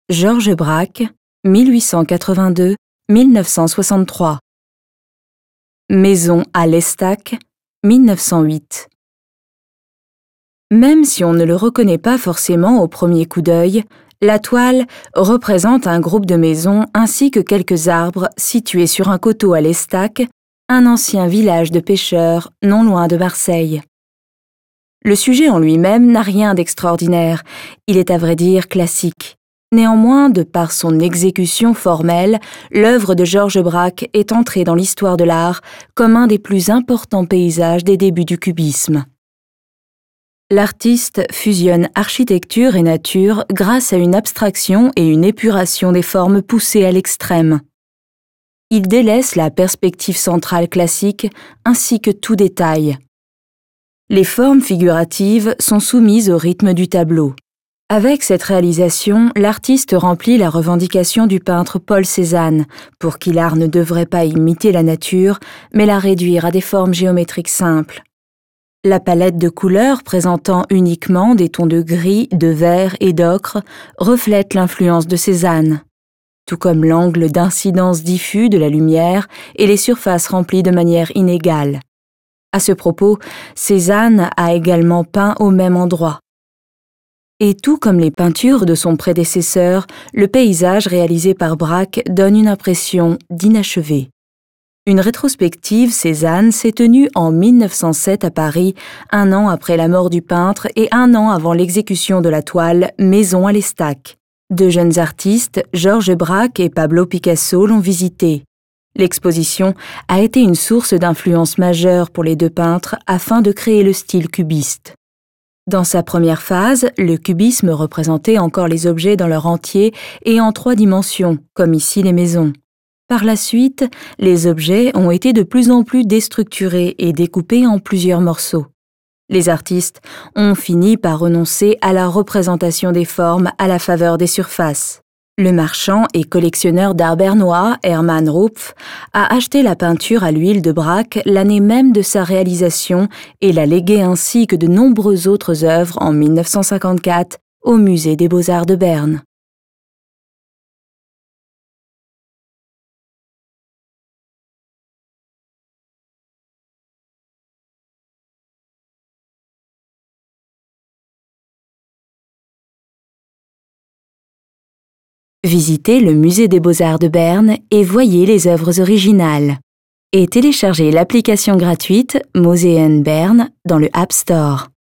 Georges Braque, 1882-1963. Maison à l'Estaque, 1908. Même si on ne le reconnaît pas forcément au premier coup d'œil, la toile représente un groupe de maisons ainsi que quelques arbres situés sur un coteau à l'Estaque, un ancien village de pêcheurs non loin de Marseille. Le sujet en lui-même n'a rien d'extraordinaire, il est à vrai dire classique. Néanmoins, de par son exécution formelle, l'œuvre de Georges Braque est entrée dans l'histoire de l'art comme un des plus importants paysages des débuts du cubisme. L'artiste fusionne architecture et nature grâce à une abstraction et une épuration des formes poussées à l'extrême. Il délaisse la perspective centrale classique ainsi que tout détail. Les formes figuratives sont soumises au rythme du tableau. Avec cette réalisation, l'artiste remplit la revendication du peintre Paul Cézanne, pour qui l'art ne devrait pas imiter la nature, mais la réduire à des formes géométriques simples. La palette de couleurs présentant uniquement des tons de gris, de vert et d'ocre reflète l'influence de Cézanne, tout comme l'angle d'incidence diffus de la lumière et les surfaces remplies de manière inégale. À ce propos, Cézanne a également peint au même endroit. Et tout comme les peintures de son prédécesseur, le paysage réalisé par Braque donne une impression d'inachevé. Une rétrospective Cézanne s'est tenue en 1907 à Paris, un an après la mort du peintre et un an avant l'exécution de la toile Maison à l'Estaque. Deux jeunes artistes, Georges Braque et Pablo Picasso, l'ont visitée. L'exposition a été une source d'influence majeure pour les deux peintres afin de créer le style cubiste. Dans sa première phase, le cubisme représentait encore les objets dans leur entier et en 3 dimensions, comme ici les maisons. Par la suite, les objets ont été de plus en plus déstructurés et découpés en plusieurs morceaux. Les artistes ont fini par renoncer à la représentation des formes à la faveur des surfaces. Le marchand et collectionneur d'art bernois, Hermann Rupf, a acheté la peinture à l'huile de Braque l'année même de sa réalisation et l'a léguée ainsi que de nombreuses autres œuvres en 1954 au Musée des Beaux-Arts de Berne. Visitez le Musée des Beaux-Arts de Berne et voyez les œuvres originales. Et téléchargez l'application gratuite Museen Bern dans le App Store.